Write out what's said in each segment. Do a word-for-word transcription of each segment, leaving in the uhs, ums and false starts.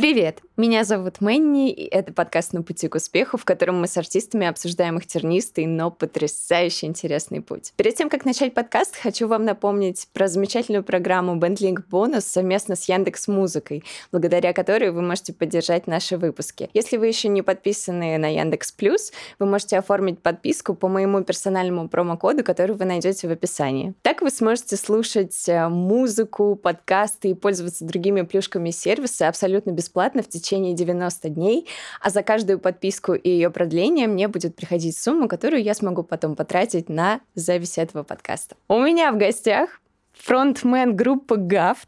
Привет! Меня зовут Мэнни, и это подкаст «На пути к успеху», в котором мы с артистами обсуждаем их тернистый, но потрясающе интересный путь. Перед тем, как начать подкаст, хочу вам напомнить про замечательную программу BandLink Bonus совместно с Яндекс.Музыкой, благодаря которой вы можете поддержать наши выпуски. Если вы еще не подписаны на Яндекс.Плюс, вы можете оформить подписку по моему персональному промокоду, который вы найдете в описании. Так вы сможете слушать музыку, подкасты и пользоваться другими плюшками сервиса абсолютно бесплатно в течение девяноста дней, а за каждую подписку и ее продление мне будет приходить сумма, которую я смогу потом потратить на запись этого подкаста. У меня в гостях фронтмен группы гафт.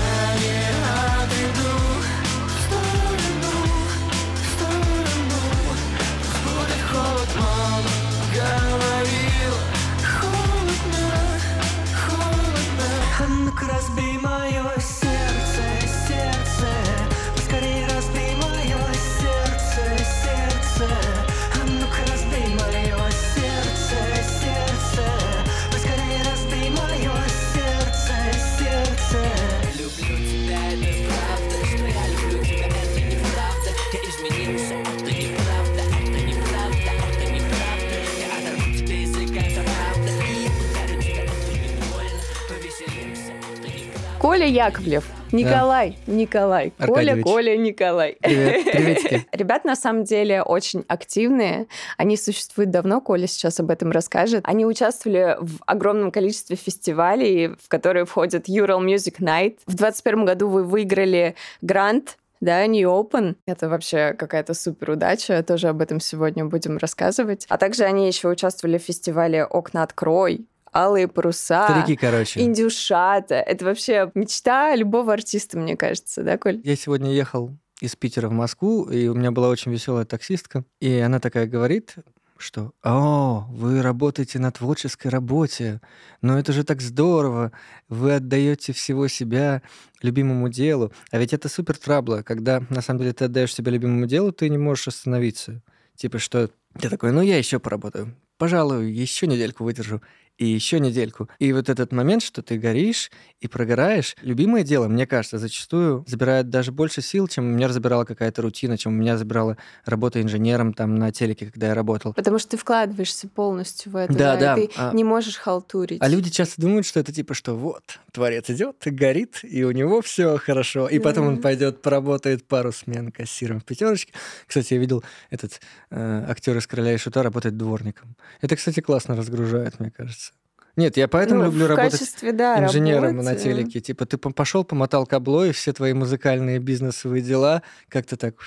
Коля Яковлев. Николай, да. Николай. Аркадьевич. Коля, Коля, Николай. Привет, приветики. Ребята, на самом деле, очень активные. Они существуют давно, Коля сейчас об этом расскажет. Они участвовали в огромном количестве фестивалей, в которые входят Ural Music Night. В двадцать первом году вы выиграли грант, да, New Open. Это вообще какая-то супер удача. Тоже об этом сегодня будем рассказывать. А также они еще участвовали в фестивале «Окна открой», «Алые паруса», Старики, короче. «Индюшата». Это вообще мечта любого артиста, мне кажется, да, Коль? Я сегодня ехал из Питера в Москву, и у меня была очень веселая таксистка, и она такая говорит, что «О, вы работаете на творческой работе, но это же так здорово, вы отдаете всего себя любимому делу». А ведь это супер трабло, когда на самом деле ты отдаешь себя любимому делу, ты не можешь остановиться. Типа что ты такой, ну я еще поработаю, пожалуй, еще недельку выдержу. И еще недельку. И вот этот момент, что ты горишь и прогораешь, любимое дело, мне кажется, зачастую забирает даже больше сил, чем у меня забирала какая-то рутина, чем у меня забирала работа инженером там на телеке, когда я работал. Потому что ты вкладываешься полностью в это, да, да, да. и ты а... не можешь халтурить. А люди часто думают, что это типа, что вот, творец идет, горит, и у него все хорошо, и да. Потом он пойдет поработает пару смен кассиром в пятерочке. Кстати, я видел этот э, актер из «Короля и Шута» работает дворником. Это, кстати, классно разгружает, мне кажется. Нет, я поэтому ну, люблю работать качестве, да, инженером работы. на телеке. Типа ты пошел, помотал кабло, и все твои музыкальные бизнесовые дела как-то так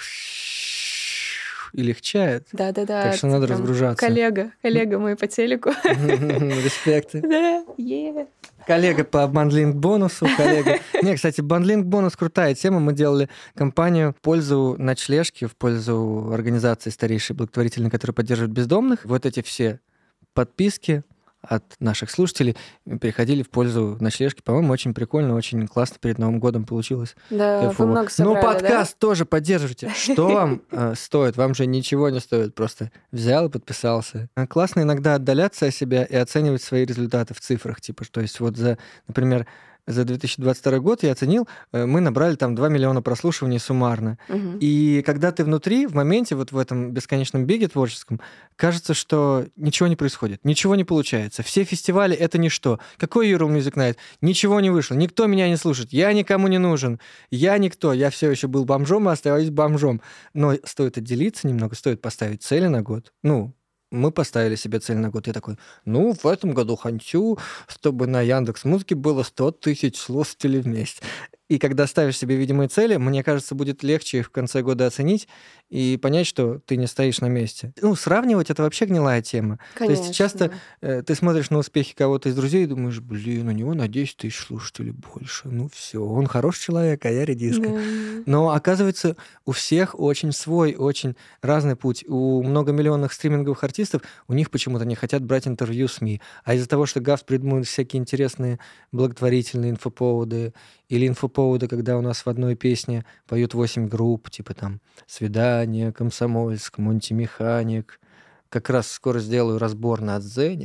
и легчает. Да-да-да. Так что надо разгружаться. Коллега, коллега мой по телеку. Респекты. Да, е. Коллега по BandLink бонусу, коллега. Не, кстати, BandLink бонус крутая тема. Мы делали кампанию в пользу ночлежки, в пользу организации старейшей благотворительной, которая поддерживает бездомных. Вот эти все подписки от наших слушателей переходили в пользу ночлежки. По-моему, очень прикольно, очень классно перед Новым годом получилось. Да, кайфово. вы много собрали, ну, подкаст да? тоже поддерживайте. Что вам э, стоит? Вам же ничего не стоит. Просто взял и подписался. Классно иногда отдаляться от себя и оценивать свои результаты в цифрах. Типа, то есть вот за, например, за две тысячи двадцать второй год я оценил, мы набрали там два миллиона прослушиваний суммарно. Угу. И когда ты внутри, в моменте, вот в этом бесконечном беге творческом, кажется, что ничего не происходит, ничего не получается. Все фестивали — это ничто. Какой Ural Music Night? Ничего не вышло, никто меня не слушает, я никому не нужен, я никто, я все еще был бомжом и остаюсь бомжом. Но стоит отделиться немного, стоит поставить цели на год. Ну, мы поставили себе цель на год. Я такой, ну, в этом году хочу, чтобы на Яндекс.Музыке было сто тысяч слушателей в месяц. И когда ставишь себе видимые цели, мне кажется, будет легче их в конце года оценить и понять, что ты не стоишь на месте. Ну, сравнивать — это вообще гнилая тема. Конечно. То есть часто э, ты смотришь на успехи кого-то из друзей и думаешь, блин, у него на десять тысяч слушателей больше. Ну все, он хороший человек, а я редиска. Да. Но оказывается, у всех очень свой, очень разный путь. У многомиллионных стриминговых артистов у них почему-то не хотят брать интервью СМИ. А из-за того, что гафт придумывает всякие интересные благотворительные инфоповоды или инфоповоды, когда у нас в одной песне поют восемь групп, типа там «Свидание», «Комсомольск», «Мультимеханик». Как раз скоро сделаю разбор на Дзене.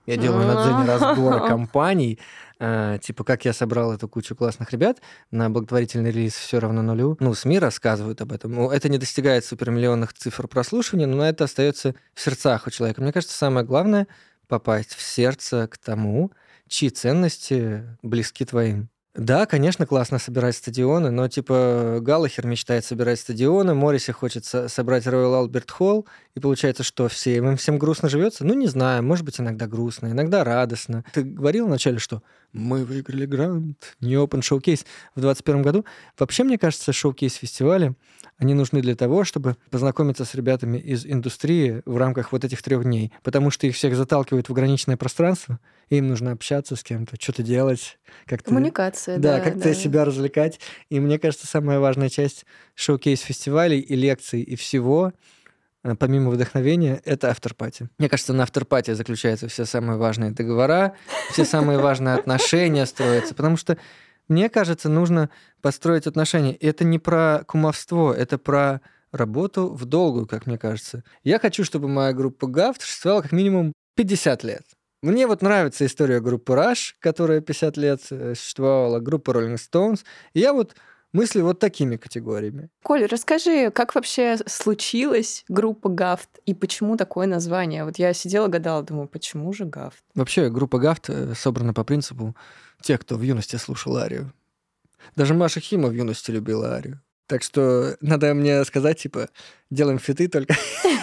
Я делаю на Дзене разборы компаний, э, типа, как я собрал эту кучу классных ребят на благотворительный релиз «Все равно нулю». Ну, СМИ рассказывают об этом. Ну, это не достигает супермиллионных цифр прослушивания, но это остается в сердцах у человека. Мне кажется, самое главное — попасть в сердце к тому, чьи ценности близки твоим. Да, конечно, классно собирать стадионы, но типа Галлахер мечтает собирать стадионы, Морриси хочет со- собрать Роyal Альберт Холл, и получается, что все, им всем грустно живется? Ну, не знаю, может быть, иногда грустно, иногда радостно. Ты говорил вначале, что мы выиграли грант, не Open Showcase в двадцать первом году. Вообще, мне кажется, шоукейс-фестивали, они нужны для того, чтобы познакомиться с ребятами из индустрии в рамках вот этих трех дней, потому что их всех заталкивают в ограниченное пространство, и им нужно общаться с кем-то, что-то делать, как-то... Коммуникация, Да, да, как-то да. себя развлекать. И мне кажется, самая важная часть шоу-кейс-фестивалей и лекций, и всего, э, помимо вдохновения, это афтерпати. Мне кажется, на афтерпати заключаются все самые важные договора, все самые важные отношения строятся, потому что, мне кажется, нужно построить отношения. И это не про кумовство, это про работу в долгую, как мне кажется. Я хочу, чтобы моя группа гафт существовала как минимум пятьдесят лет. Мне вот нравится история группы Rush, которая пятьдесят лет э, существовала, группа Rolling Stones. И я вот мыслю вот такими категориями. Коль, расскажи, как вообще случилась группа гафт и почему такое название? Вот я сидела, гадала, думаю, почему же гафт? Вообще, группа гафт э, собрана по принципу тех, кто в юности слушал Арию. Даже Маша Хима в юности любила Арию. Так что надо мне сказать, типа, делаем фиты только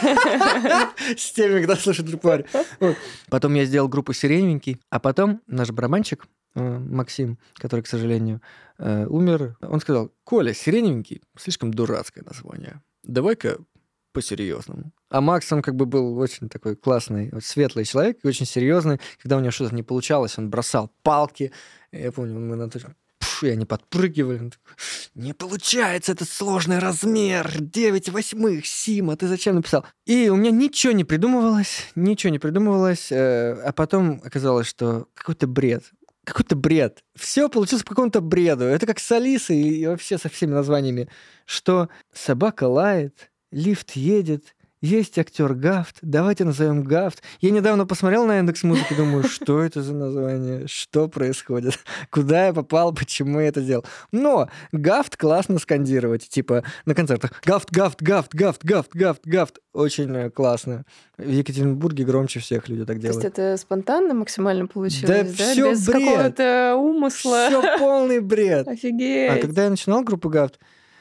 с теми, кто слушает группу Арию. Вот. Потом я сделал группу «Сиреневенький», а потом наш барабанщик э, Максим, который, к сожалению, э, умер, он сказал: «Коля, «Сиреневенький» — слишком дурацкое название. Давай-ка по-серьезному». А Макс, он как бы был очень такой классный, очень светлый человек, и очень серьезный. Когда у него что-то не получалось, он бросал палки. Я помню, мы на точку... И они подпрыгивали. Он такой: «Не получается, это сложный размер. девять восьмых, Сима, ты зачем написал?» И у меня ничего не придумывалось, ничего не придумывалось. А потом оказалось, что какой-то бред. Какой-то бред. Все получилось по какому-то бреду. Это как с Алисой и вообще со всеми названиями. Что собака лает, лифт едет, есть актер Гафт, давайте назовем Гафт. Я недавно посмотрел на Яндекс.Музыку, думаю, что это за название, что происходит, куда я попал, почему я это делал. Но Гафт классно скандировать, типа на концертах. Гафт, Гафт, Гафт, Гафт, Гафт, Гафт, Гафт. Очень классно. В Екатеринбурге громче всех люди так делают. То есть это спонтанно максимально получилось, да? Да, всё без бред. какого-то умысла? Все полный бред. Офигеть. А когда я начинал группу Гафт,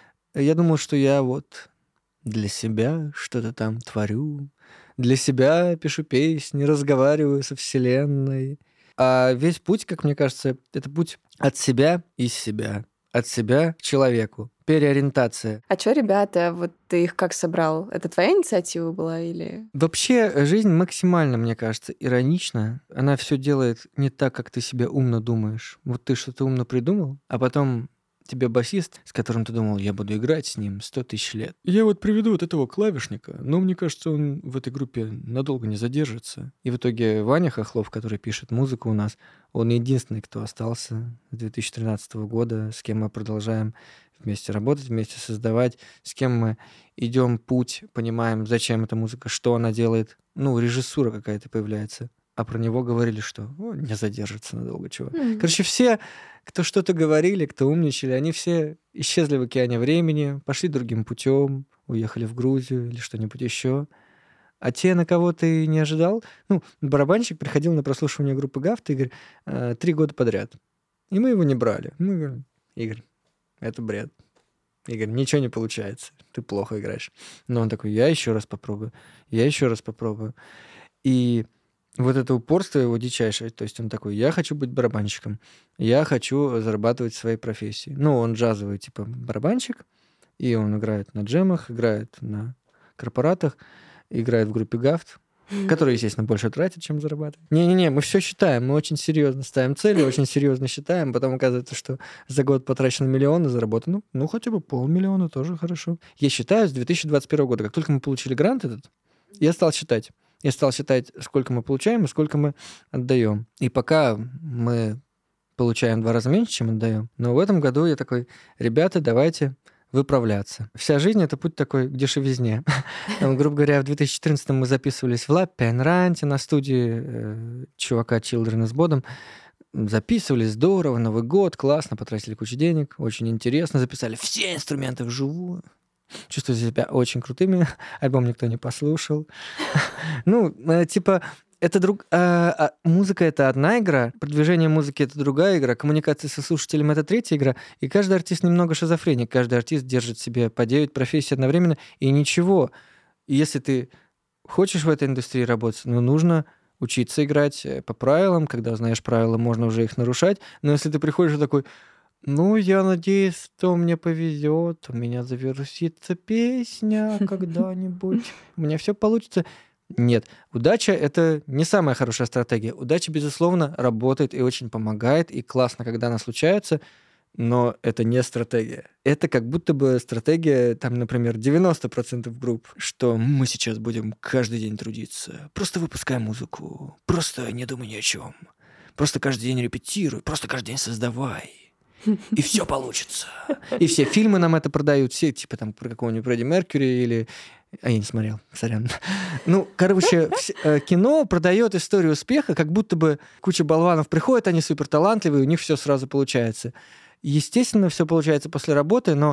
я думал, что я вот для себя что-то там творю, для себя пишу песни, разговариваю со Вселенной. А весь путь, как мне кажется, это путь от себя из себя, от себя к человеку, переориентация. А что, ребята, вот ты их как собрал? Это твоя инициатива была или... Вообще, жизнь максимально, мне кажется, иронична. Она все делает не так, как ты себе умно думаешь. Вот ты что-то умно придумал, а потом тебе басист, с которым ты думал, я буду играть с ним сто тысяч лет. Я вот приведу вот этого клавишника, но мне кажется, он в этой группе надолго не задержится. И в итоге Ваня Хохлов, который пишет музыку у нас, он единственный, кто остался с две тысячи тринадцатого года, с кем мы продолжаем вместе работать, вместе создавать, с кем мы идем путь, понимаем, зачем эта музыка, что она делает. Ну, режиссура какая-то появляется. А про него говорили, что «О, не задержится надолго, чего». М. Короче, все, кто что-то говорили, кто умничали, они все исчезли в океане времени, пошли другим путем, уехали в Грузию или что-нибудь еще. А те, на кого ты не ожидал... Ну, барабанщик приходил на прослушивание группы Гафт, Игорь, э, три года подряд. И мы его не брали. Мы говорим: Игорь, это бред. Игорь, ничего не получается. Ты плохо играешь. Но он такой: я еще раз попробую. Я еще раз попробую. И вот это упорство его дичайшее. То есть он такой: я хочу быть барабанщиком. Я хочу зарабатывать в своей профессии. Ну, он джазовый, типа, барабанщик. И он играет на джемах, играет на корпоратах, играет в группе Гафт, который, естественно, больше тратит, чем зарабатывает. Не-не-не, мы все считаем, мы очень серьезно ставим цели, очень серьезно считаем, потом оказывается, что за год потрачено миллион, и заработано, ну, ну, хотя бы полмиллиона, тоже хорошо. Я считаю, с две тысячи двадцать первого года, как только мы получили грант этот, я стал считать. Я стал считать, сколько мы получаем и сколько мы отдаем. И пока мы получаем в два раза меньше, чем отдаем, но в этом году я такой: ребята, давайте выправляться. Вся жизнь — это путь такой к дешевизне. Грубо говоря, в две тысячи четырнадцатом мы записывались в Лаппенранте на студии э, чувака Children is Bodom. Записывались здорово, Новый год, классно, потратили кучу денег, очень интересно, записали все инструменты вживую. Чувствую себя очень крутыми. Альбом никто не послушал. Ну, э, типа... Это друг... а, а, музыка — это одна игра, продвижение музыки — это другая игра, коммуникация со слушателем — это третья игра, и каждый артист немного шизофреник, каждый артист держит себе по девять профессий одновременно, и ничего. И если ты хочешь в этой индустрии работать, ну, нужно учиться играть по правилам, когда знаешь правила, можно уже их нарушать, но если ты приходишь и такой... Ну, я надеюсь, что мне повезет, у меня завершится песня когда-нибудь, у меня все получится... Нет, удача — это не самая хорошая стратегия. Удача, безусловно, работает и очень помогает, и классно, когда она случается, но это не стратегия. Это как будто бы стратегия, там, например, девяносто процентов групп, что мы сейчас будем каждый день трудиться, просто выпускай музыку, просто не думай ни о чем, просто каждый день репетируй, просто каждый день создавай. И все получится. И все фильмы нам это продают, все типа там про какого-нибудь Фредди Меркьюри или... А я не смотрел, сорян. Ну, короче, кино продает историю успеха, как будто бы куча болванов приходят, они супер талантливые, у них все сразу получается. Естественно, все получается после работы, но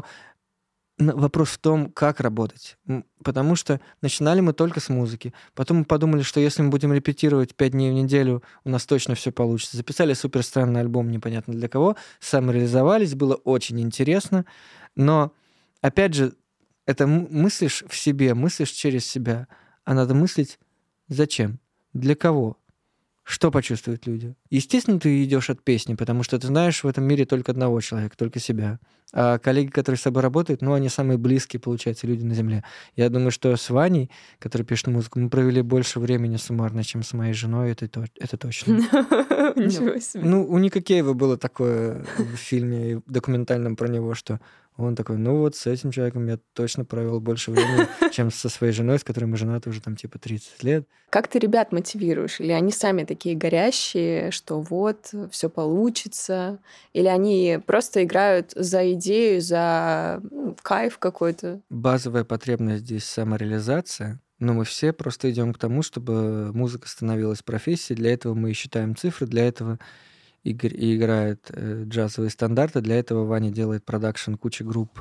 вопрос в том, как работать. Потому что начинали мы только с музыки. Потом мы подумали, что если мы будем репетировать пять дней в неделю, у нас точно все получится. Записали супер странный альбом, непонятно для кого. Самореализовались, было очень интересно. Но, опять же, это мыслишь в себе, мыслишь через себя. А надо мыслить зачем? Для кого? Что почувствуют люди? Естественно, ты идешь от песни, потому что ты знаешь в этом мире только одного человека, только себя. А коллеги, которые с собой работают, ну, они самые близкие, получается, люди на Земле. Я думаю, что с Ваней, который пишет музыку, мы провели больше времени суммарно, чем с моей женой, это, это точно. Ничего себе. Ну, у Ника Кейва было такое в фильме документальном про него, что он такой, ну вот с этим человеком я точно провел больше времени, чем со своей женой, с которой мы женаты уже там типа тридцать лет. Как ты ребят мотивируешь? Или они сами такие горящие, что вот, все получится? Или они просто играют за идею, за ну, кайф какой-то? Базовая потребность здесь самореализация. Но мы все просто идем к тому, чтобы музыка становилась профессией. Для этого мы считаем цифры, для этого и играет э, джазовые стандарты. Для этого Ваня делает продакшн кучи групп.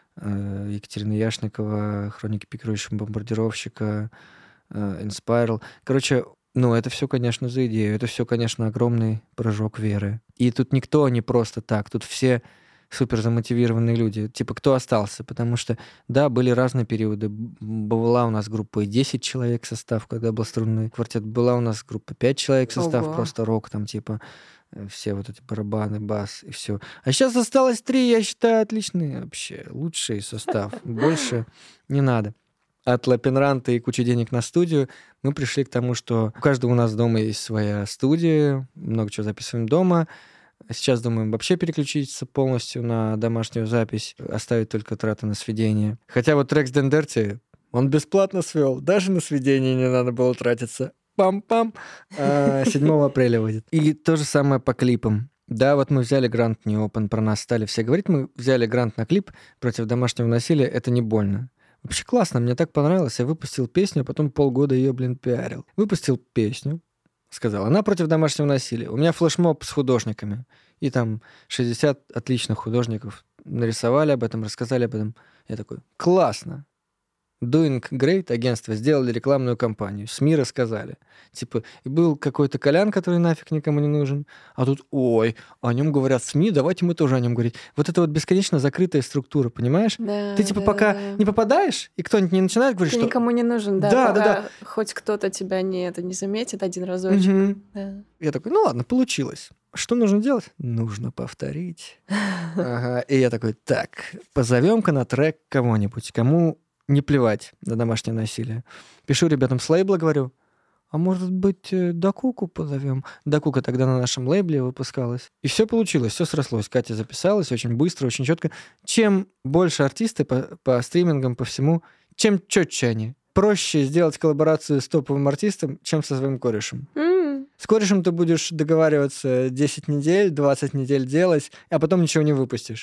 Э, Екатерина Яшникова, Хроники пикирующего бомбардировщика, э, Inspiral. Короче, ну, это все, конечно, за идею. Это все, конечно, огромный прыжок веры. И тут никто не просто так. Тут все супер замотивированные люди. Типа, кто остался? Потому что, да, были разные периоды. Была у нас группа десять человек состав, когда был струнный квартет. Была у нас группа пять человек состав, Ого. Просто рок, там, типа, все вот эти барабаны, бас и все. А сейчас осталось три, я считаю, отличный вообще, лучший состав. Больше не надо. От Лаппенранта и кучи денег на студию мы пришли к тому, что у каждого у нас дома есть своя студия, много чего записываем дома. Сейчас думаем вообще переключиться полностью на домашнюю запись, оставить только траты на сведение. Хотя вот трек с Дендерти, он бесплатно свел, даже на сведение не надо было тратиться. Пам-пам. седьмого апреля выйдет. И то же самое по клипам. Да, вот мы взяли грант не open, про нас стали все говорить, мы взяли грант на клип против домашнего насилия, это не больно. Вообще классно, мне так понравилось. Я выпустил песню, а потом полгода ее, блин, пиарил. Выпустил песню, сказал, она против домашнего насилия. У меня флешмоб с художниками. И там шестьдесят отличных художников нарисовали об этом, рассказали об этом. Я такой, классно. Doing Great агентство сделали рекламную кампанию, СМИ рассказали. Типа, и был какой-то Колян, который нафиг никому не нужен, а тут, ой, о нем говорят СМИ, давайте мы тоже о нем говорить. Вот это вот бесконечно закрытая структура, понимаешь? Да, Ты типа да, пока да. не попадаешь, и кто-нибудь не начинает говорить, Ты что... никому не нужен, да, Да, пока да, да. хоть кто-то тебя не, это, не заметит один разочек. Мгм. Да. Я такой, ну ладно, получилось. Что нужно делать? Нужно повторить. Ага. И я такой, так, позовем-ка на трек кого-нибудь, кому не плевать на домашнее насилие. Пишу ребятам с лейбла, говорю, а может быть, э, Дакуку позовем? Дакука тогда на нашем лейбле выпускалась. И все получилось, все срослось. Катя записалась очень быстро, очень четко. Чем больше артисты по, по стримингам, по всему, чем четче они. Проще сделать коллаборацию с топовым артистом, чем со своим корешем. М. С корешем ты будешь договариваться десять недель, двадцать недель делать, а потом ничего не выпустишь.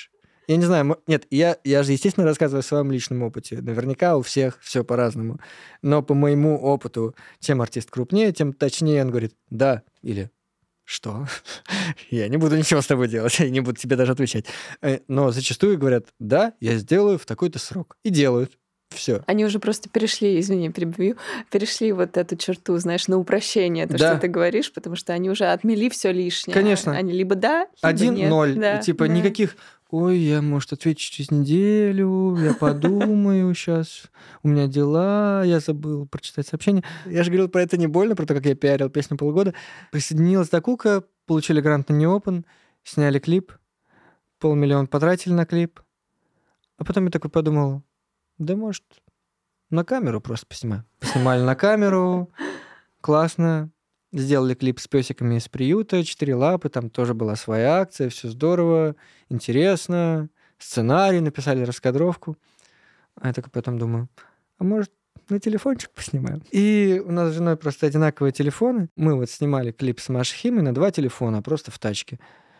Я не знаю, мо- нет, я, я же, естественно, рассказываю о своем личном опыте. Наверняка у всех все по-разному. Но по моему опыту, чем артист крупнее, тем точнее он говорит «да» или «что?». Я не буду ничего с тобой делать, я не буду тебе даже отвечать. Э, Но зачастую говорят «да, я сделаю в такой-то срок». И делают. Все. Они уже просто перешли, извини, перебью, перешли вот эту черту, знаешь, на упрощение, то, Да. что ты говоришь, потому что они уже отмели все лишнее. Конечно. Они либо да, либо Один нет. ноль. Да, Типа да. никаких «ой, я, может, отвечу через неделю, я подумаю сейчас, у меня дела, я забыл прочитать сообщение». Я же говорил про это не больно, про то, как я пиарил песню полгода. Присоединилась Дакука, получили грант на Неопен, сняли клип, полмиллиона потратили на клип. А потом я такой подумал, да может, на камеру просто поснимаю. Поснимали на камеру, классно. Сделали клип с песиками из приюта, четыре лапы, там тоже была своя акция, все здорово, интересно. Сценарий написали, раскадровку. А я такой потом думаю, а может, на телефончик поснимаем? И у нас с женой просто одинаковые телефоны. Мы вот снимали клип с Машей Химой на два телефона, просто в тачке.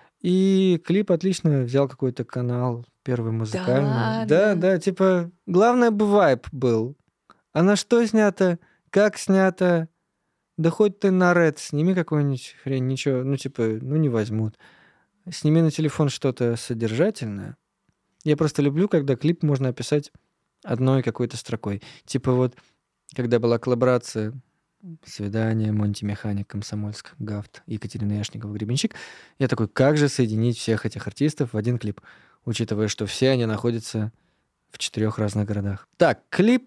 И клип отлично взял какой-то канал, первый музыкальный. ладно? Да, да, типа, главное бы вайб был. А на что снято, как снято, да хоть ты на Red сними какую-нибудь хрень, ничего, ну типа, ну не возьмут. Сними на телефон что-то содержательное. Я просто люблю, когда клип можно описать одной какой-то строкой. Типа вот, когда была коллаборация «Свидание», Монти Механик, Комсомольск, Гафт, Екатерина Яшникова, Гребенщик, я такой, как же соединить всех этих артистов в один клип, учитывая, что все они находятся в четырех разных городах. Так, клип,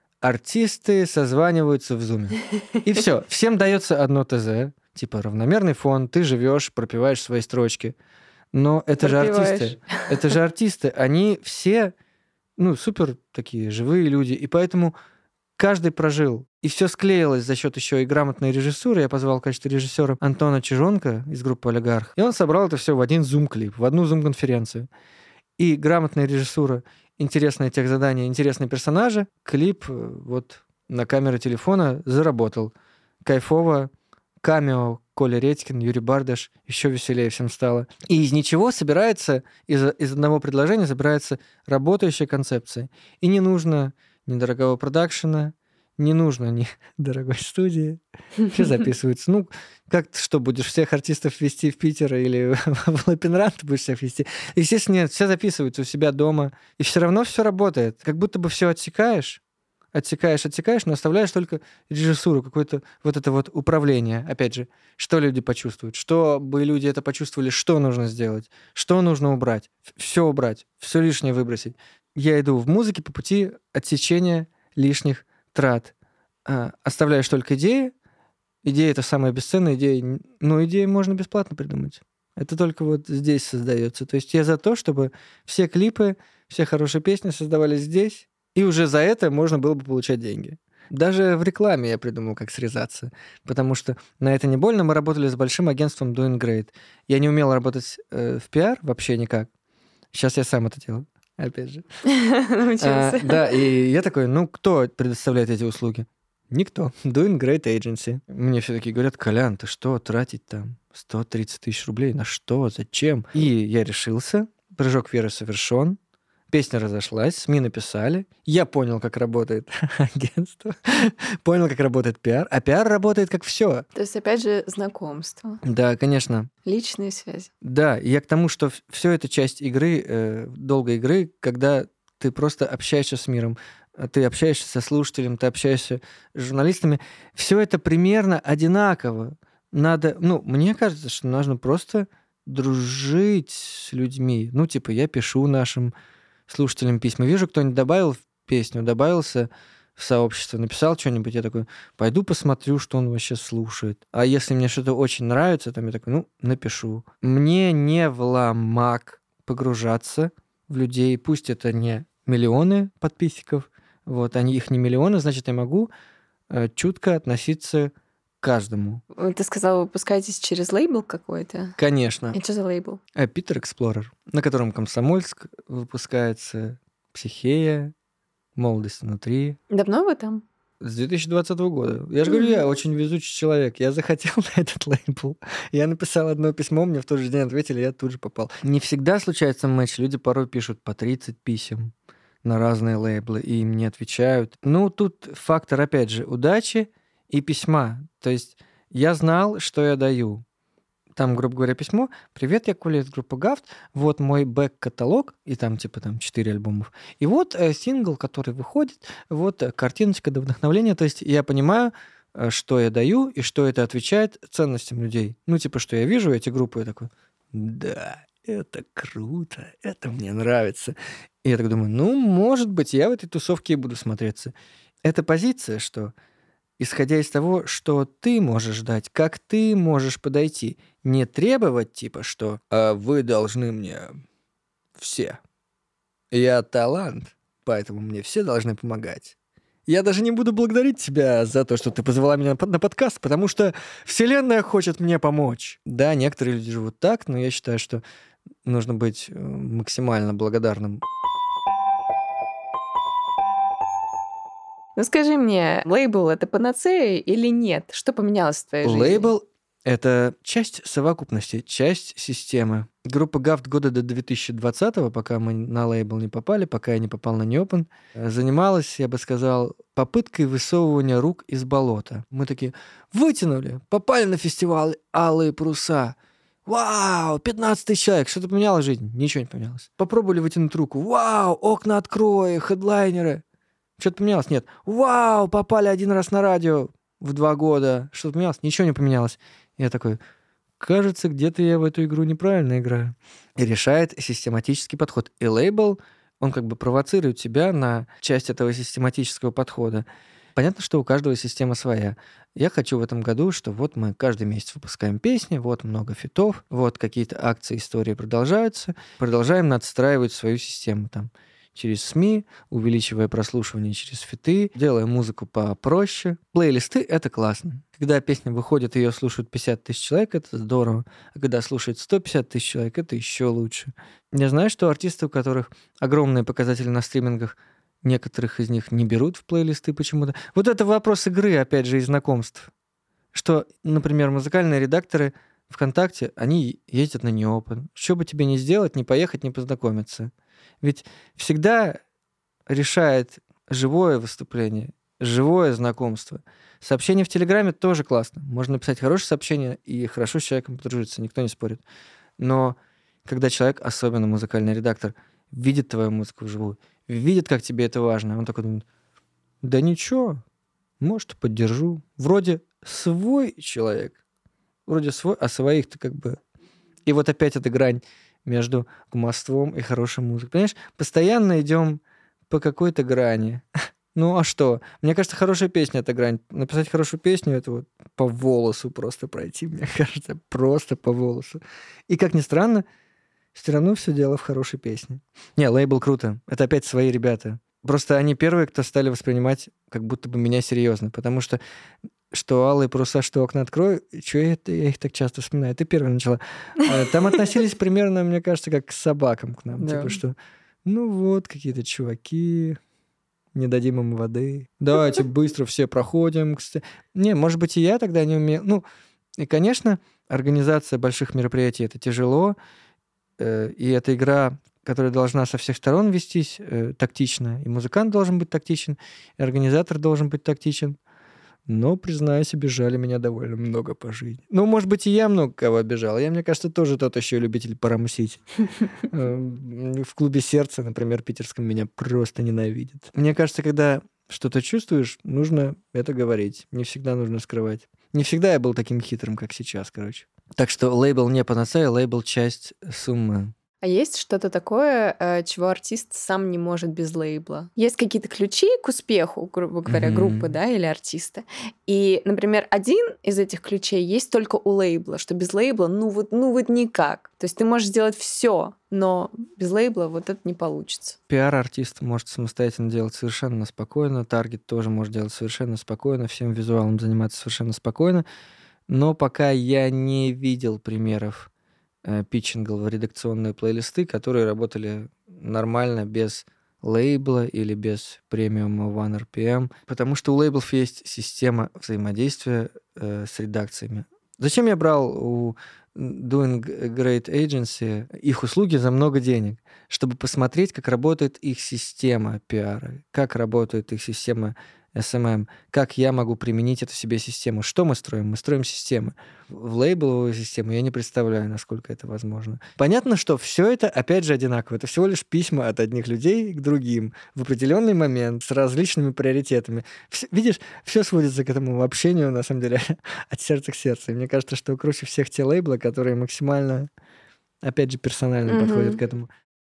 артисты созваниваются в зуме. И все, всем дается одно ТЗ, типа равномерный фон, ты живешь, пропиваешь свои строчки. Но это же Пропиваешь. артисты. Это же артисты. Они все, ну, супер такие живые люди. И поэтому каждый прожил. И все склеилось за счет еще и грамотной режиссуры. Я позвал в качестве режиссера Антона Чижонка из группы «Олигарх». И он собрал это все в один зум-клип, в одну зум-конференцию. И грамотная режиссура, интересное техзадание, интересные персонажи. Клип э, вот на камеру телефона заработал. Кайфово. Камео, Коля Редькин, Юрий Бардаш. Еще веселее всем стало. И из ничего собирается, из, из одного предложения собирается работающая концепция. И не нужно ни дорогого продакшена, не нужно ни дорогой студии. Все записываются. Ну, как ты что, будешь всех артистов везти в Питер или в Лапинран ты будешь всех везти? Естественно, нет, все записываются у себя дома. И все равно все работает. Как будто бы все отсекаешь, отсекаешь, отсекаешь, но оставляешь только режиссуру, какое-то вот это вот управление. Опять же, что люди почувствуют, чтобы люди это почувствовали, что нужно сделать, что нужно убрать, все убрать, все лишнее выбросить. Я иду в музыке по пути отсечения лишних трат. А, оставляешь только идеи. Идея — это самая бесценная идея. Но идеи можно бесплатно придумать. Это только вот здесь создается. То есть я за то, чтобы все клипы, все хорошие песни создавались здесь, и уже за это можно было бы получать деньги. Даже в рекламе я придумал, как срезаться. Потому что на это не больно. Мы работали с большим агентством Doing Great. Я не умел работать э, в пиар вообще никак. Сейчас я сам это делаю. Опять же. А, Научился. да, и я такой, ну, кто предоставляет эти услуги? Никто. Doing Great Agency. Мне все таки говорят, Колян, ты что, тратить там сто тридцать тысяч рублей? На что? Зачем? И я решился. Прыжок веры совершен. Песня разошлась, СМИ написали. Я понял, как работает агентство. Понял, как работает пиар. А пиар работает как все. То есть, опять же, знакомство, Да, конечно. личные связи. Да, и я к тому, что все это часть игры, э, долгой игры, когда ты просто общаешься с миром, а ты общаешься со слушателем, ты общаешься с журналистами. Все это примерно одинаково. Надо, ну, мне кажется, что нужно просто дружить с людьми. Ну, типа, я пишу нашим слушателям письма. Вижу, кто-нибудь добавил в песню, добавился в сообщество, написал что-нибудь, я такой, пойду посмотрю, что он вообще слушает. А если мне что-то очень нравится, там я такой, ну, напишу. Мне не вломак погружаться в людей, пусть это не миллионы подписчиков, вот, они их не миллионы, значит, я могу э, чутко относиться к каждому. Ты сказал, выпускаетесь через лейбл какой-то? Конечно. И что за лейбл? Э, Питер Эксплорер, на котором Комсомольск выпускается, Психея, Молодость внутри. Давно вы там? С две тысячи двадцатого года. Я же говорю, я очень везучий человек. Я захотел на этот лейбл. Я написал одно письмо, мне в тот же день ответили, я тут же попал. Не всегда случается матч. Люди порой пишут по тридцать писем на разные лейблы, и им не отвечают. Ну, тут фактор, опять же, удачи и письма. То есть я знал, что я даю. Там, грубо говоря, письмо. «Привет, я Коля из группы Гафт. Вот мой бэк-каталог». И там, типа, там четыре альбомов. И вот э, сингл, который выходит. Вот э, картиночка до вдохновления. То есть я понимаю, э, что я даю и что это отвечает ценностям людей. Ну, типа, что я вижу эти группы, я такой, да, это круто, это мне нравится. И я так думаю, ну, может быть, я в этой тусовке и буду смотреться. Это позиция, что исходя из того, что ты можешь дать, как ты можешь подойти. Не требовать, типа, что «А вы должны мне все. Я талант, поэтому мне все должны помогать. Я даже не буду благодарить тебя за то, что ты позвала меня на подкаст, потому что вселенная хочет мне помочь». Да, некоторые люди живут так, но я считаю, что нужно быть максимально благодарным. Ну скажи мне, лейбл — это панацея или нет? Что поменялось в твоей жизни? Лейбл — это часть совокупности, часть системы. Группа Гафт года до две тысячи двадцатого, пока мы на лейбл не попали, пока я не попал на Неопен, занималась, я бы сказал, попыткой высовывания рук из болота. Мы такие вытянули, попали на фестиваль «Алые паруса». Вау, пятнадцать тысяч человек. Что-то поменялось в жизни? Ничего не поменялось. Попробовали вытянуть руку. Вау, окна открой, хедлайнеры. Что-то поменялось? Нет. Вау, попали один раз на радио в два года. Что-то поменялось? Ничего не поменялось. Я такой, кажется, где-то я в эту игру неправильно играю. И решает систематический подход. И лейбл, он как бы провоцирует тебя на часть этого систематического подхода. Понятно, что у каждого система своя. Я хочу в этом году, что вот мы каждый месяц выпускаем песни, вот много фитов, вот какие-то акции, истории продолжаются. Продолжаем надстраивать свою систему там через СМИ, увеличивая прослушивание через фиты, делая музыку попроще. Плейлисты — это классно. Когда песня выходит, ее слушают пятьдесят тысяч человек, это здорово. А когда слушает сто пятьдесят тысяч человек, это еще лучше. Я знаю, что артисты, у которых огромные показатели на стримингах, некоторых из них не берут в плейлисты почему-то. Вот это вопрос игры, опять же, и знакомств. Что, например, музыкальные редакторы ВКонтакте, они ездят на Неопен. Что бы тебе ни сделать, не поехать, не познакомиться. Ведь всегда решает живое выступление, живое знакомство. Сообщение в Телеграме тоже классно. Можно написать хорошее сообщение и хорошо с человеком подружиться, никто не спорит. Но когда человек, особенно музыкальный редактор, видит твою музыку вживую, видит, как тебе это важно, он такой думает, да ничего, может, поддержу. Вроде свой человек, вроде свой, а своих-то как бы... И вот опять эта грань между кумовством и хорошей музыкой. Понимаешь, постоянно идем по какой-то грани. Ну а что? Мне кажется, хорошая песня — это грань. Написать хорошую песню — это вот по волосу просто пройти, мне кажется, просто по волосу. И, как ни странно, все равно все дело в хорошей песне. Не, лейбл круто. Это опять свои ребята. Просто они первые, кто стали воспринимать как будто бы меня серьезно, потому что что «Алые паруса», что «Окна открою», чё я, это, я их так часто вспоминаю. Ты первая начала. Там относились примерно, мне кажется, как к собакам к нам. Типа что, ну вот, какие-то чуваки, не дадим им воды. Давайте быстро все проходим. Не, может быть, и я тогда не умел. Ну, и, конечно, организация больших мероприятий — это тяжело. И эта игра, которая должна со всех сторон вестись тактично. И музыкант должен быть тактичен, и организатор должен быть тактичен. Но, признаюсь, обижали меня довольно много по жизни. Ну, может быть, и я много кого обижал. Я, мне кажется, тоже тот еще любитель порамусить. В клубе «Сердце», например, питерском, меня просто ненавидят. Мне кажется, когда что-то чувствуешь, нужно это говорить. Не всегда нужно скрывать. Не всегда я был таким хитрым, как сейчас, короче. Так что лейбл не панацея, лейбл — часть суммы. А есть что-то такое, чего артист сам не может без лейбла? Есть какие-то ключи к успеху, грубо говоря, mm-hmm. группы, да, или артиста. И, например, один из этих ключей есть только у лейбла, что без лейбла, ну вот, ну вот никак. То есть ты можешь сделать все, но без лейбла вот это не получится. Пиар-артист может самостоятельно делать совершенно спокойно, таргет тоже может делать совершенно спокойно, всем визуалом заниматься совершенно спокойно. Но пока я не видел примеров питчингов в редакционные плейлисты, которые работали нормально, без лейбла или без премиума один эр пи эм, потому что у лейблов есть система взаимодействия э, с редакциями. Зачем я брал у Doing Great Agency их услуги за много денег? Чтобы посмотреть, как работает их система пиара, как работает их система эс эм эм, как я могу применить эту себе систему. Что мы строим? Мы строим системы. В лейбловую систему я не представляю, насколько это возможно. Понятно, что все это, опять же, одинаково. Это всего лишь письма от одних людей к другим в определенный момент с различными приоритетами. Вс- видишь, все сводится к этому общению, на самом деле, от сердца к сердцу. И мне кажется, что круче всех те лейблы, которые максимально, опять же, персонально подходят к Мгм. этому.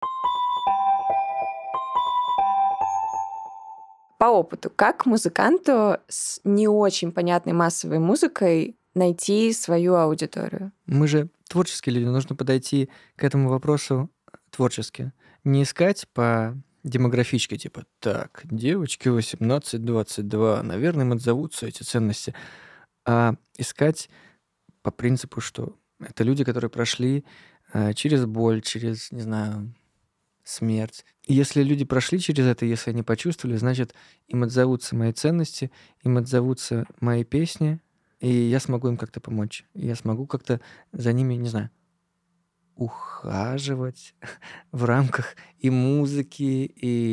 По опыту, как музыканту с не очень понятной массовой музыкой найти свою аудиторию? Мы же творческие люди, нужно подойти к этому вопросу творчески. Не искать по демографичке, типа, так, девочки восемнадцать двадцать два, наверное, им отзовутся эти ценности, а искать по принципу, что это люди, которые прошли э, через боль, через, не знаю, смерть. И если люди прошли через это, если они почувствовали, значит, им отзовутся мои ценности, им отзовутся мои песни, и я смогу им как-то помочь. Я смогу как-то за ними, не знаю, ухаживать в рамках и музыки,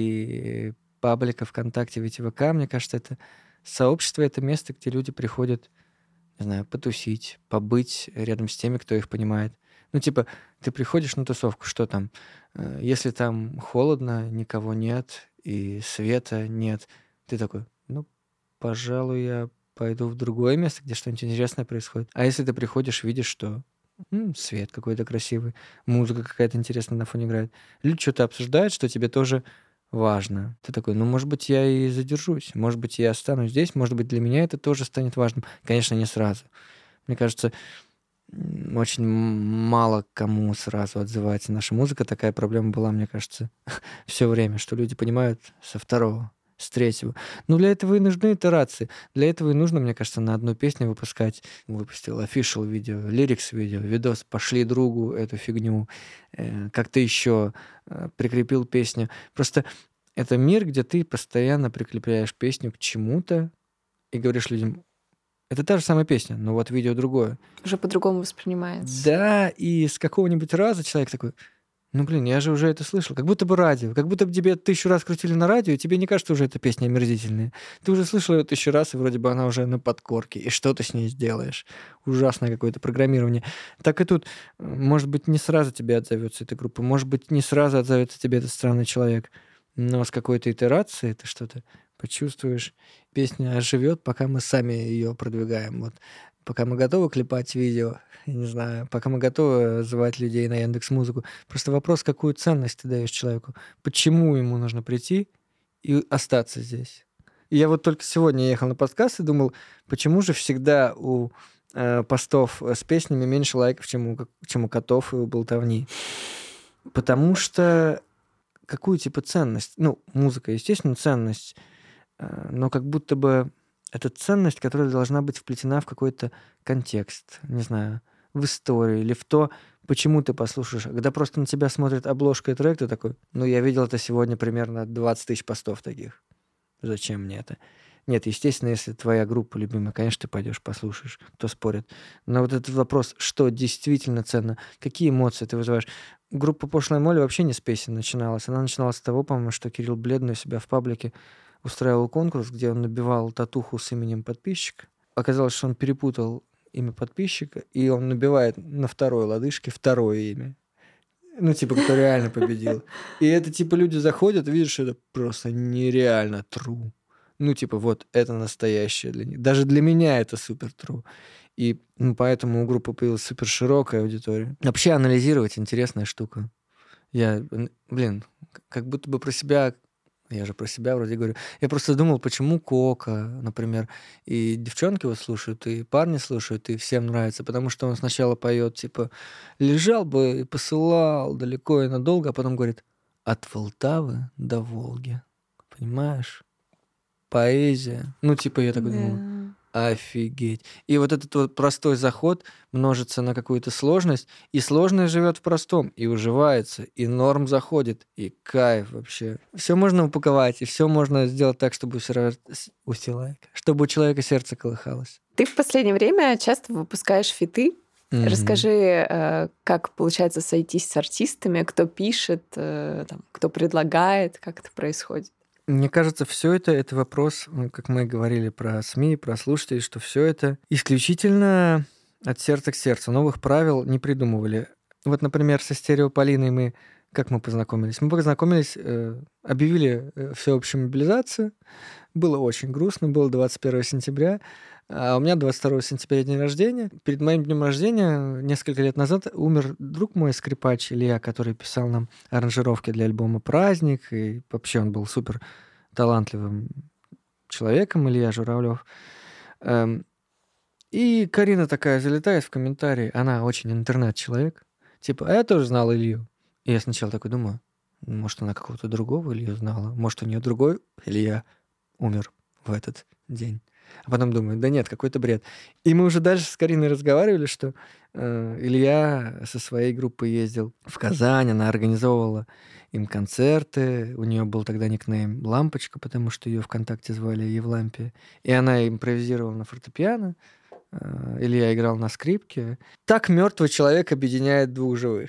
и паблика ВКонтакте, ведь ВК, мне кажется, это сообщество, это место, где люди приходят, не знаю, потусить, побыть рядом с теми, кто их понимает. Ну, типа, ты приходишь на тусовку, что там? Э, Если там холодно, никого нет, и света нет, ты такой, ну, пожалуй, я пойду в другое место, где что-нибудь интересное происходит. А если ты приходишь, видишь, что м, свет какой-то красивый, музыка какая-то интересная на фоне играет, люди что-то обсуждают, что тебе тоже важно. Ты такой, ну, может быть, я и задержусь, может быть, я останусь здесь, может быть, для меня это тоже станет важным. Конечно, не сразу. Мне кажется, м, очень м- мало кому сразу отзывается наша музыка. Такая проблема была, мне кажется, все время, что люди понимают со второго, с третьего. Но для этого и нужны итерации. Для этого и нужно, мне кажется, на одну песню выпускать. Выпустил official видео, лирикс видео, видос, пошли другу эту фигню, э, как-то еще э, прикрепил песню. Просто это мир, где ты постоянно прикрепляешь песню к чему-то и говоришь людям, это та же самая песня, но вот видео другое. Уже по-другому воспринимается. Да, и с какого-нибудь раза человек такой, ну, блин, я же уже это слышал. Как будто бы радио. Как будто бы тебе тысячу раз крутили на радио, и тебе не кажется уже эта песня омерзительная. Ты уже слышал ее тысячу раз, и вроде бы она уже на подкорке. И что ты с ней сделаешь? Ужасное какое-то программирование. Так и тут, э, может быть, не сразу тебе отзовется эта группа, может быть, не сразу отзовется тебе этот странный человек. Но с какой-то итерацией ты что-то почувствуешь. Песня оживет, пока мы сами ее продвигаем. Вот пока мы готовы клепать видео, я не знаю, пока мы готовы звать людей на Яндекс.Музыку. Просто вопрос, какую ценность ты даешь человеку, почему ему нужно прийти и остаться здесь. И я вот только сегодня ехал на подкаст и думал, почему же всегда у э, постов с песнями меньше лайков, чем у, чем у котов и у болтовни. Потому что какую типа ценность? Ну, музыка, естественно, ценность, э, но как будто бы это ценность, которая должна быть вплетена в какой-то контекст, не знаю, в историю или в то, почему ты послушаешь. А когда просто на тебя смотрит обложка и трек, ты такой, ну, я видел это сегодня примерно двадцать тысяч постов таких. Зачем мне это? Нет, естественно, если твоя группа любимая, конечно, ты пойдешь послушаешь, кто спорит. Но вот этот вопрос, что действительно ценно, какие эмоции ты вызываешь. Группа «Пошлая Молли» вообще не с песен начиналась. Она начиналась с того, по-моему, что Кирилл Бледный у себя в паблике устраивал конкурс, где он набивал татуху с именем подписчика. Оказалось, что он перепутал имя подписчика, и он набивает на второй лодыжке второе имя. Ну, типа, кто реально победил. И это, типа, люди заходят, видят, что это просто нереально true. Ну, типа, вот это настоящее для них. Даже для меня это супер true. И ну, поэтому у группы появилась супер широкая аудитория. Вообще анализировать интересная штука. Я, н- блин, к- как будто бы про себя, я же про себя вроде говорю. Я просто думал, почему Кока, например, и девчонки вот слушают, и парни слушают, и всем нравится, потому что он сначала поет, типа, лежал бы и посылал далеко и надолго, а потом говорит, от Волтавы до Волги. Понимаешь? Поэзия. Ну, типа, я такой думаю, Да. Офигеть. И вот этот вот простой заход множится на какую-то сложность, и сложное живет в простом, и уживается, и норм заходит, и кайф вообще. Все можно упаковать, и все можно сделать так, чтобы у, сера- с- у человека, чтобы у человека сердце колыхалось. Ты в последнее время часто выпускаешь фиты. Мгм. Расскажи, э, как получается сойтись с артистами, кто пишет, э, там, кто предлагает, как это происходит. Мне кажется, все это это вопрос, ну, как мы говорили про СМИ, про слушателей, что все это исключительно от сердца к сердцу. Новых правил не придумывали. Вот, например, со стереополиной мы как мы познакомились? Мы познакомились, э, объявили э, всеобщую мобилизацию. Было очень грустно, было двадцать первого сентября, а у меня двадцать второго сентября день рождения. Перед моим днем рождения несколько лет назад умер друг мой скрипач Илья, который писал нам аранжировки для альбома «Праздник», и вообще он был супер талантливым человеком, Илья Журавлев. Эм, И Карина такая залетает в комментарии, она очень интернет-человек, типа, а я тоже знал Илью. И я сначала такой думаю, может, она какого-то другого Илью знала, может, у нее другой Илья умер в этот день. А потом думаю, да нет, какой-то бред. И мы уже дальше с Кариной разговаривали, что э, Илья со своей группой ездил в Казань, она организовывала им концерты, у нее был тогда никнейм «Лампочка», потому что ее ВКонтакте звали Евлампия, и она импровизировала на фортепиано, э, Илья играл на скрипке. Так мертвый человек объединяет двух живых.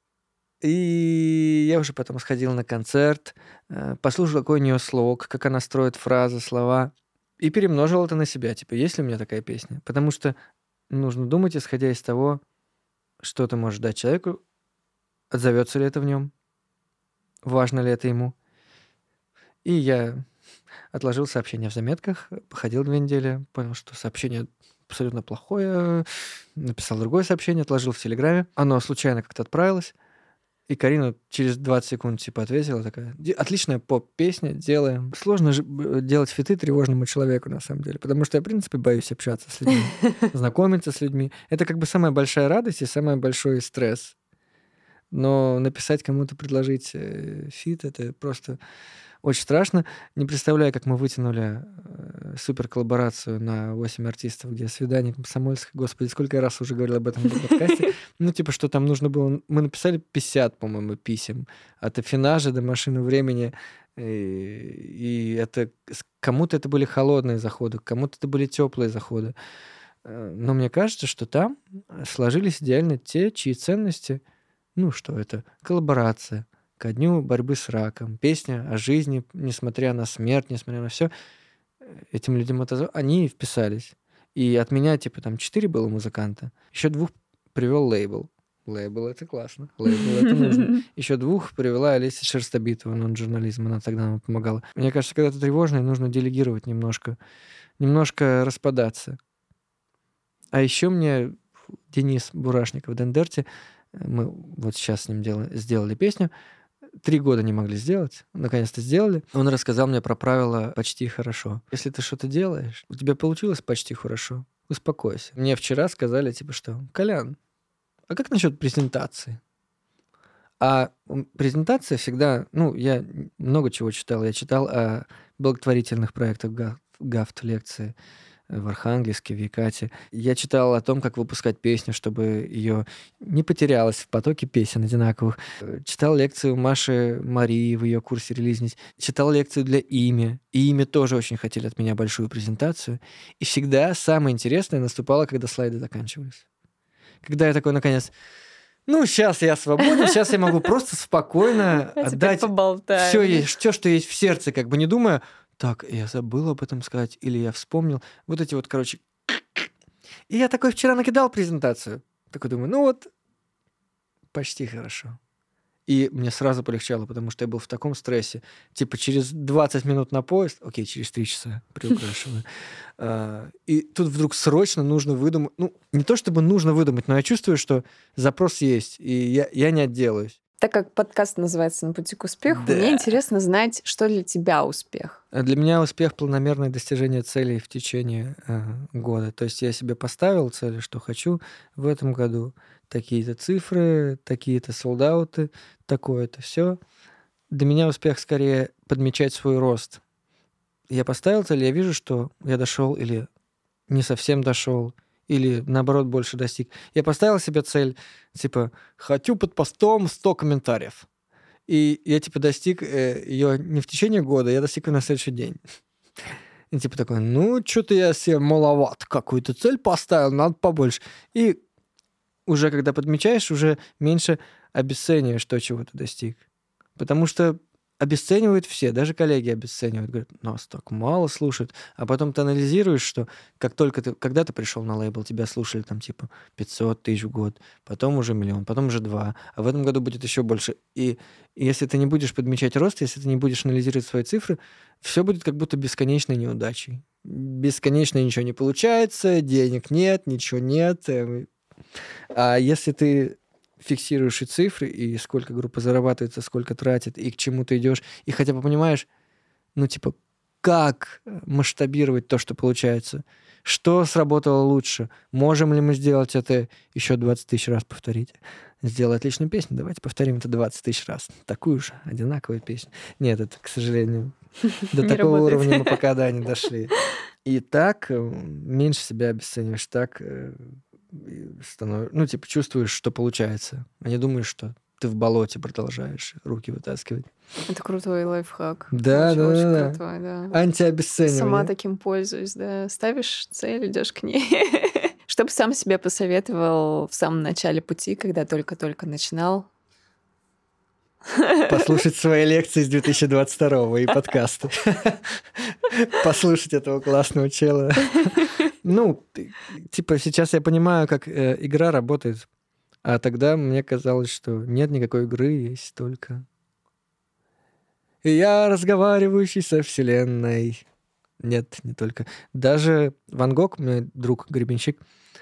И я уже потом сходил на концерт, э, послушал, какой у нее слог, как она строит фразы, слова, и перемножил это на себя. Типа, есть ли у меня такая песня? Потому что нужно думать, исходя из того, что ты можешь дать человеку, отзовется ли это в нем, важно ли это ему. И я отложил сообщение в заметках, походил две недели, понял, что сообщение абсолютно плохое, написал другое сообщение, отложил в Телеграме. Оно случайно как-то отправилось. И Карина через двадцать секунд типа ответила такая: «Ди- отличная поп-песня, делаем». Сложно же б- делать фиты тревожному человеку, на самом деле, потому что я, в принципе, боюсь общаться с людьми, знакомиться с людьми. Это как бы самая большая радость и самый большой стресс. Но написать кому-то, предложить э, фит, это просто очень страшно. Не представляю, как мы вытянули э, супер коллаборацию на восемь артистов, где свидание комсомольское. Господи, сколько я раз уже говорил об этом в подкасте. Ну, типа, что там нужно было... Мы написали пятьдесят, по-моему, писем. От Афинажа до «Машины времени». И, и это... с- Кому-то это были холодные заходы, кому-то это были теплые заходы. Э, Но мне кажется, что там сложились идеально те, чьи ценности... Ну, что это? Коллаборация, ко дню борьбы с раком, песня о жизни, несмотря на смерть, несмотря на все. Этим людям это... Они вписались. И от меня, типа, там четыре было музыканта. Еще двух привел лейбл. Лейбл — это классно. Лейбл — это нужно. Еще двух привела Олеся Шерстобитова, нон-журнализм. Она тогда нам помогала. Мне кажется, когда ты тревожный, нужно делегировать немножко. Немножко распадаться. А еще мне Денис Бурашников в Дендерте, э, мы вот сейчас с ним дела- сделали песню, три года не могли сделать, наконец-то сделали. Он рассказал мне про правила «почти хорошо». Если ты что-то делаешь, у тебя получилось почти хорошо, успокойся. Мне вчера сказали, типа, что «Колян, а как насчет презентации?» А м, презентация всегда... Ну, я н- много чего читал. Я читал о благотворительных проектах ГАФ, ГАФТ лекции э, в Архангельске, в Якате. Я читал о том, как выпускать песню, чтобы ее не потерялась в потоке песен одинаковых. Э, Читал лекцию у Маши Марии в ее курсе «Релизнись». Читал лекцию для ИМИ. И ИМИ тоже очень хотели от меня большую презентацию. И всегда самое интересное наступало, когда слайды заканчивались. Когда я такой, наконец, ну, сейчас я свободен, сейчас я могу просто спокойно А теперь отдать все, поболтаем. все, что есть в сердце, как бы не думая, так, я забыл об этом сказать, или я вспомнил. Вот эти вот, короче. И я такой вчера накидал презентацию. Такой думаю, ну вот, почти хорошо. И мне сразу полегчало, потому что я был в таком стрессе. Типа через двадцать минут на поезд, окей, через три часа, приукрашиваю. А, И тут вдруг срочно нужно выдумать. Ну, не то чтобы нужно выдумать, но я чувствую, что запрос есть, и я, я не отделаюсь. Так как подкаст называется «На пути к успеху», мне Да. интересно знать, что для тебя успех. А Для меня успех — планомерное достижение целей в течение э, года. То есть я себе поставил цели, что хочу в этом году. Такие-то цифры, такие-то солдаты, такое-то все. Для меня успех скорее подмечать свой рост. Я поставил цель, я вижу, что я дошел или не совсем дошел или, наоборот, больше достиг. Я поставил себе цель, типа, хочу под постом сто комментариев. И я, типа, достиг э, ее не в течение года, я достиг ее на следующий день. И, типа, такой, ну, что-то я себе маловат какую-то цель поставил, надо побольше. И уже, когда подмечаешь, уже меньше обесцениваешь то, чего ты достиг. Потому что обесценивают все, даже коллеги обесценивают, говорят, нас так мало слушают, а потом ты анализируешь, что как только ты, когда ты пришел на лейбл, тебя слушали там типа пятьсот тысяч в год, потом уже миллион, потом уже два, а в этом году будет еще больше. И если ты не будешь подмечать рост, если ты не будешь анализировать свои цифры, все будет как будто бесконечной неудачей. Бесконечно ничего не получается, денег нет, ничего нет. А если ты фиксируешь и цифры, и сколько группа зарабатывает, сколько тратит, и к чему ты идешь, и хотя бы понимаешь, ну, типа, как масштабировать то, что получается, что сработало лучше, можем ли мы сделать это еще двадцать тысяч раз повторить. Сделай отличную песню, давайте повторим это двадцать тысяч раз. Такую же, одинаковую песню. Нет, это, к сожалению, до такого уровня мы пока, да, не дошли. И так меньше себя обесцениваешь, так станов... ну, типа, чувствуешь, что получается, а не думаешь, что ты в болоте продолжаешь руки вытаскивать. Это крутой лайфхак. Да, очень, да, очень да, крутой, да. Антиобесценивание. Сама таким пользуюсь, да. Ставишь цель, идешь к ней. Что бы сам себе посоветовал в самом начале пути, когда только-только начинал? Послушать свои лекции с две тысячи двадцать второго и подкасты. Послушать этого классного чела. Ну, типа, сейчас я понимаю, как э, игра работает. А тогда мне казалось, что нет никакой игры, есть только я, разговаривающий со вселенной. Нет, не только. Даже Ван Гог, мой друг гребенщик,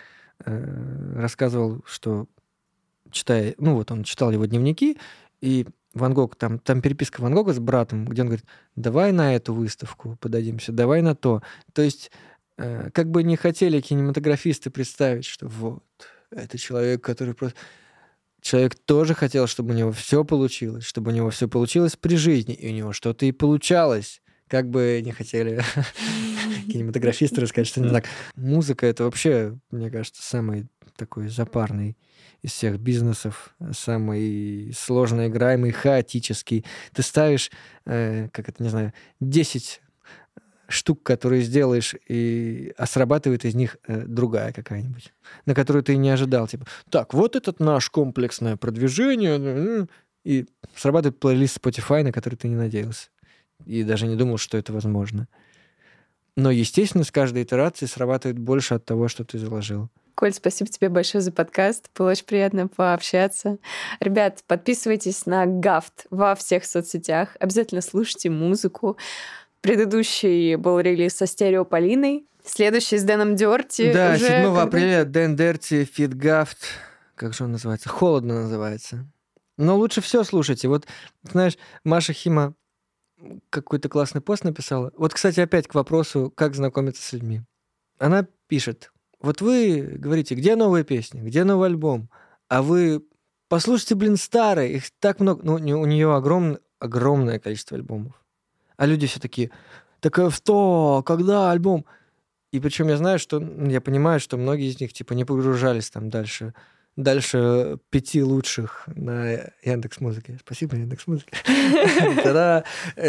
э, рассказывал, что читая... Ну, вот он читал его дневники, и Ван Гог, там, там переписка Ван Гога с братом, где он говорит, давай на эту выставку подадимся, давай на то. То есть э, как бы не хотели кинематографисты представить, что вот, это человек, который просто... Человек тоже хотел, чтобы у него все получилось, чтобы у него все получилось при жизни, и у него что-то и получалось. Как бы не хотели кинематографисты рассказать, что не так. Музыка — это вообще, мне кажется, самый такой запарный из всех бизнесов, самый сложно играемый, хаотический. Ты ставишь, э, как это, не знаю, десять штук, которые сделаешь, и... а срабатывает из них э, другая какая-нибудь, на которую ты не ожидал. Типа, так, вот этот наш комплексное продвижение, и срабатывает плейлист Spotify, на который ты не надеялся. И даже не думал, что это возможно. Но, естественно, с каждой итерацией срабатывает больше от того, что ты заложил. Коль, спасибо тебе большое за подкаст. Было очень приятно пообщаться. Ребят, подписывайтесь на Гафт во всех соцсетях. Обязательно слушайте музыку. Предыдущий был релиз со Стерео Полиной. Следующий с Дэном Дёрти. Да, уже седьмого когда... апреля Дэн Дёрти, Фит Гафт. Как же он называется? Холодно называется. Но лучше все слушайте. Вот, знаешь, Маша Хима какой-то классный пост написала. Вот, кстати, опять к вопросу, как знакомиться с людьми. Она пишет. Вот вы говорите, где новые песни, где новый альбом? А вы послушайте, блин, старые. Их так много. Ну, у нее огромное, огромное количество альбомов. А люди все такие, так что, когда альбом? И причем я знаю, что, я понимаю, что многие из них типа не погружались там дальше, дальше пяти лучших на Яндекс.Музыке. Спасибо, Яндекс.Музыке. Тогда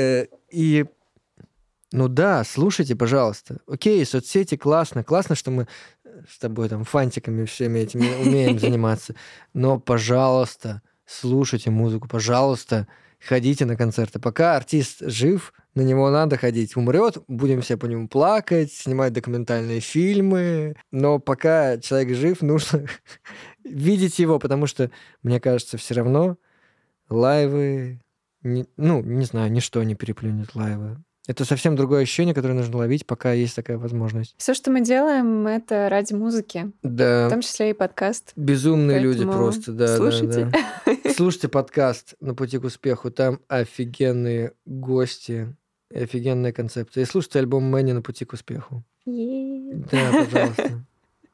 и ну да, слушайте, пожалуйста. Окей, соцсети классно, классно, что мы с тобой там фантиками всеми этими умеем заниматься. Но, пожалуйста, слушайте музыку, пожалуйста. Ходите на концерты. Пока артист жив, на него надо ходить. Умрет, будем все по нему плакать, снимать документальные фильмы. Но пока человек жив, нужно видеть его, потому что, мне кажется, все равно лайвы... Не, ну, не знаю, ничто не переплюнет лайвы. Это совсем другое ощущение, которое нужно ловить, пока есть такая возможность. Все, что мы делаем, это ради музыки. Да. В том числе и подкаст. Безумные Поэтому люди просто, да. слушайте. Да, да. Слушайте подкаст «На пути к успеху». Там офигенные гости, офигенная концепция. И слушайте альбом Мэнни «На пути к успеху». Yeah. Да, пожалуйста.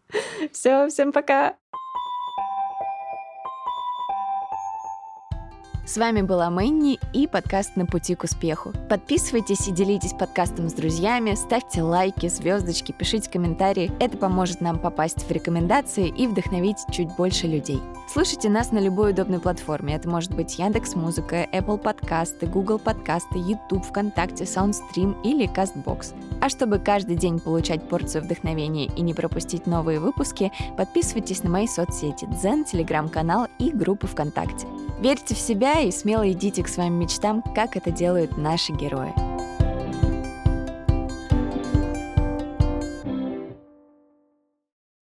Все, всем пока. С вами была Мэнни и подкаст «На пути к успеху». Подписывайтесь и делитесь подкастом с друзьями, ставьте лайки, звездочки, пишите комментарии. Это поможет нам попасть в рекомендации и вдохновить чуть больше людей. Слушайте нас на любой удобной платформе. Это может быть Яндекс.Музыка, Apple подкасты, Google подкасты, YouTube, ВКонтакте, Soundstream или Castbox. А чтобы каждый день получать порцию вдохновения и не пропустить новые выпуски, подписывайтесь на мои соцсети Дзен, Телеграм-канал и группы ВКонтакте. Верьте в себя и смело идите к своим мечтам, как это делают наши герои.